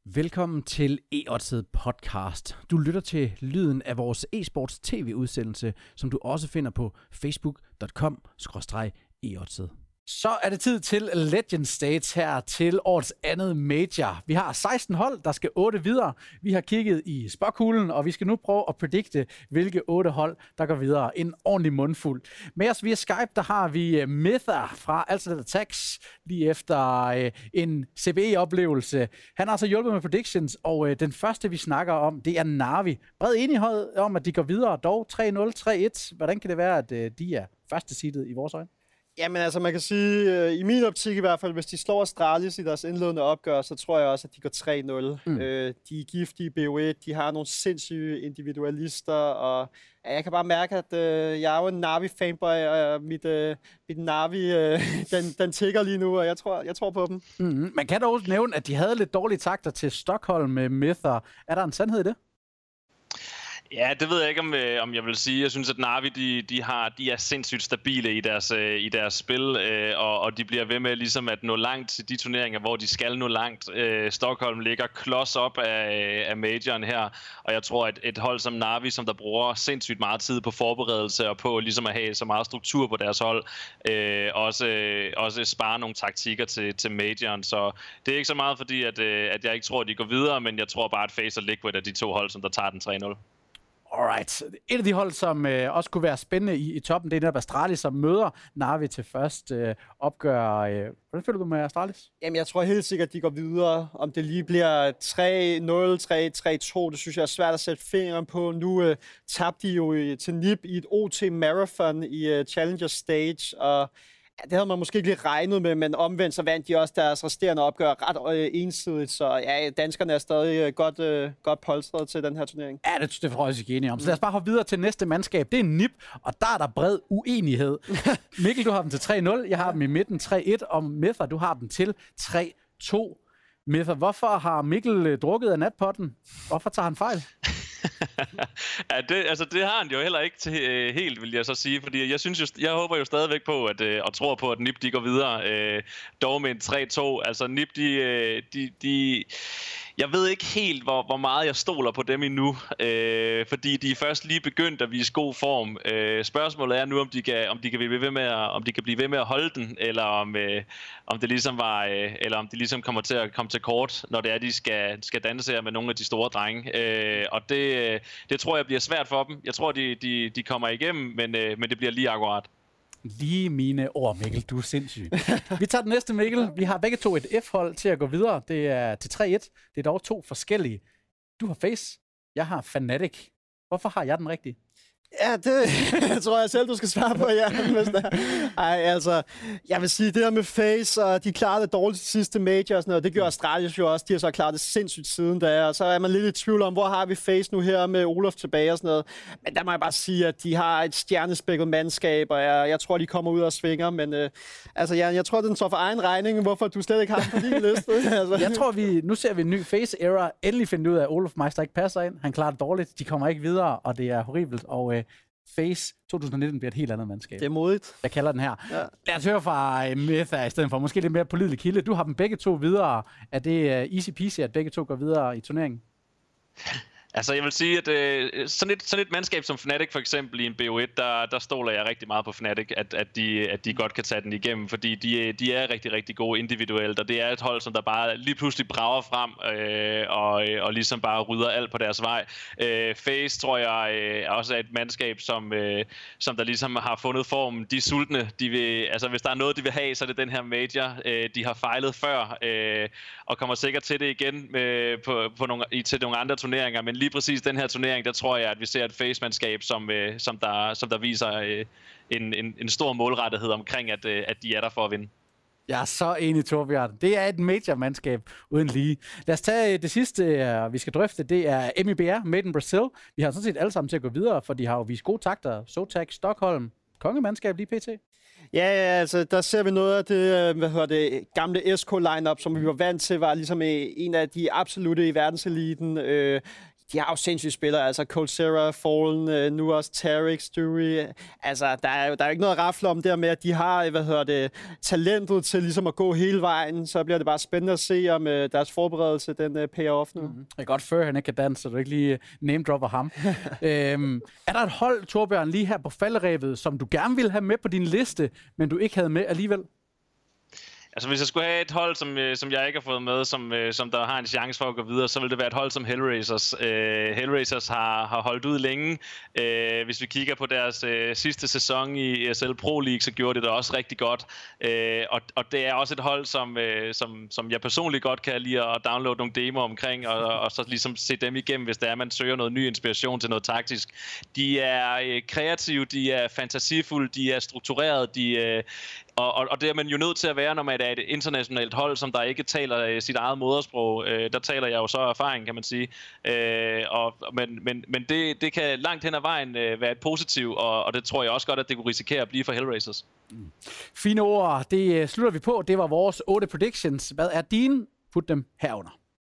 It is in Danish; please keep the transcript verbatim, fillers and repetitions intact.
Velkommen til E-Oddset podcast. Du lytter til lyden af vores e-sports tv-udsendelse, som du også finder på facebook punktum com skråstreg e oddset. Så er det tid til Legend Stage her til årets andet major. Vi har seksten hold, der skal otte videre. Vi har kigget i spåkuglen, og vi skal nu prøve at predikte, hvilke otte hold, der går videre. En ordentlig mundfuld. Med os via Skype, der har vi Myther fra Alternate Attacks, lige efter øh, en C B E-oplevelse. Han har altså hjulpet med predictions, og øh, den første, vi snakker om, det er Navi. Bred enighed om, at de går videre, dog tre nul, tre et. Hvordan kan det være, at øh, de er første seedet i vores øjne? Jamen altså, man kan sige, øh, i min optik i hvert fald, hvis de slår Astralis i deres indledende opgør, så tror jeg også, at de går tre nul. Mm. Øh, de er giftige i B O et, de har nogle sindssyge individualister, og ja, jeg kan bare mærke, at øh, jeg er jo en Navi-fanboy, og mit, øh, mit Navi, øh, den, den tigger lige nu, og jeg tror, jeg tror på dem. Mm-hmm. Man kan dog nævne, at de havde lidt dårlige takter til Stockholm med Myther. Er der en sandhed i det? Ja, det ved jeg ikke, om, øh, om jeg vil sige. Jeg synes, at Navi de, de, har, de er sindssygt stabile i deres, øh, i deres spil, øh, og, og de bliver ved med ligesom at nå langt til de turneringer, hvor de skal nå langt. Øh, Stockholm ligger klods op af, af majoren her, og jeg tror, at et hold som Navi, som der bruger sindssygt meget tid på forberedelse og på ligesom at have så meget struktur på deres hold, øh, også, øh, også spare nogle taktikker til, til majoren. Så det er ikke så meget fordi, at, øh, at jeg ikke tror, at de går videre, men jeg tror bare, at FaZe og Liquid er de to hold, som der tager den tre nul. Alright. Et af de hold, som øh, også kunne være spændende i, i toppen, det er netop Astralis, som møder Navi til først øh, opgør. Øh. Hvordan føler du med Astralis? Jamen, jeg tror helt sikkert, at de går videre. Om det lige bliver tre nul, tre tre to, det synes jeg er svært at sætte fingeren på. Nu øh, tabte de jo i, til N I P i et O T Marathon i øh, Challenger Stage, og ja, det havde man måske ikke lige regnet med, men omvendt så vandt de også deres resterende opgør ret øh, ensidigt, så ja, danskerne er stadig øh, godt, øh, godt polstret til den her turnering. Ja, det, det får jeg også enige om. Så lad os bare hoppe videre til næste mandskab. Det er N I P, og der er der bred uenighed. Mikkel, du har dem til tre nul, jeg har dem i midten tre et, og Myther, du har dem til tre to. Myther, hvorfor har Mikkel drukket af natpotten? Hvorfor tager han fejl? ja, det, altså det har han jo heller ikke til, øh, helt, vil jeg så sige, fordi jeg synes jo, jeg håber jo stadigvæk på, at, øh, og tror på, at N I P de går videre, øh, dog med en tre to, altså N I P de, øh, de, de jeg ved ikke helt, hvor, hvor meget jeg stoler på dem endnu, øh, fordi de er først lige begyndt at vise god form. Øh, spørgsmålet er nu, om de kan, om de kan blive ved med at, om de kan blive ved med at holde den, eller om, øh, om det ligesom var, øh, eller om de ligesom kommer til at komme til kort, når det er, de skal, skal danse her med nogle af de store drenge. Øh, og det, det tror jeg bliver svært for dem. Jeg tror, de, de, de kommer igennem, men, øh, men det bliver lige akkurat. Lige mine ord, Mikkel. Du er sindssyg. Vi tager den næste, Mikkel. Vi har begge to et F-hold til at gå videre. Det er til tre et. Det er dog to forskellige. Du har FaZe. Jeg har Fnatic. Hvorfor har jeg den rigtige? Ja, det tror jeg selv, du skal svare på, ja. Ej, altså, jeg vil sige, det her med FaZe, og de klarede det dårligt til sidste major og sådan noget, det gjorde Astralis jo også, de har så klaret det sindssygt siden da, og så er man lidt i tvivl om, hvor har vi FaZe nu her med Olof tilbage og sådan noget. Men der må jeg bare sige, at de har et stjernespækket mandskab, og jeg, jeg tror, de kommer ud og svinger, men øh, altså, jeg, jeg tror, den står for egen regning, hvorfor du slet ikke har den på din liste. Altså. Jeg tror, vi nu ser vi en ny FaZe-era, endelig finde ud af, at Olof Meister ikke passer ind, han klarer det dårligt, de kommer ikke videre, og det er horribelt, og øh, FaZe to tusind nitten bliver et helt andet mandskab. Det er modigt. Jeg kalder den her. Ja. Lad os høre fra uh, Myther i stedet for. Måske lidt mere pålidelig kilde. Du har dem begge to videre. Er det uh, easy peasy, at begge to går videre i turneringen? Altså, jeg vil sige, at øh, sådan, et, sådan et mandskab som Fnatic for eksempel i en B O et, der, der stoler jeg rigtig meget på Fnatic, at, at, de, at de godt kan tage den igennem, fordi de, de er rigtig, rigtig gode individuelt, og det er et hold, som der bare lige pludselig brager frem øh, og, og ligesom bare rydder alt på deres vej. Øh, FaZe, tror jeg, øh, også er et mandskab, som, øh, som der ligesom har fundet formen. De er sultne. De vil, altså, hvis der er noget, de vil have, så er det den her major. Øh, de har fejlet før, øh, og kommer sikkert til det igen øh, på, på nogle, i, til nogle andre turneringer, men lige præcis den her turnering, der tror jeg, at vi ser et FaZe-mandskab, som, øh, som, der, som der viser øh, en, en, en stor målrettighed omkring, at, øh, at de er der for at vinde. Jeg er så enig, Torbjørn. Det er et major-mandskab uden lige. Lad os tage det sidste, vi skal drøfte. Det er M I B R, Made in Brazil. Vi har sådan set alle sammen til at gå videre, for de har jo vist gode takter. Zotac, Stockholm, kongemandskab lige pt. Ja, ja, altså der ser vi noget af det, hvad hedder det, gamle S K-lineup, som vi var vant til, var ligesom en af de absolutte i verdenseliten. Øh, de har jo sindssyge spillere, altså Colsera, Fallen, nu også Tarek, Stewie. Altså, der er jo der er ikke noget at rafle om der med, at de har, hvad hedder det, talentet til ligesom at gå hele vejen. Så bliver det bare spændende at se, om uh, deres forberedelse, den uh, payer off nu. Mm-hmm. Det er godt før, han ikke kan danse, så du ikke lige name-dropper ham. øhm, er der et hold, Torbjørn, lige her på falderæbet, som du gerne ville have med på din liste, men du ikke havde med alligevel? Altså, hvis jeg skulle have et hold, som, øh, som jeg ikke har fået med, som, øh, som der har en chance for at gå videre, så vil det være et hold som Hellraisers. Øh, Hellraisers har, har holdt ud længe. Øh, hvis vi kigger på deres øh, sidste sæson i E S L Pro League, så gjorde det det også rigtig godt. Øh, og, og det er også et hold, som, øh, som, som jeg personligt godt kan lide at downloade nogle demoer omkring, og, og så ligesom se dem igennem, hvis der er, man søger noget ny inspiration til noget taktisk. De er øh, kreative, de er fantasifulde, de er strukturerede, de øh, Og, og, og det er man jo nødt til at være, når man er et internationalt hold, som der ikke taler øh, sit eget modersprog. Øh, der taler jeg jo så erfaring, kan man sige. Øh, og, men men, men det, det kan langt hen ad vejen øh, være et positivt, og, og det tror jeg også godt, at det kunne risikere at blive for Hellraisers. Mm. Fine ord. Det slutter vi på. Det var vores otte predictions. Hvad er dine? Put dem herunder.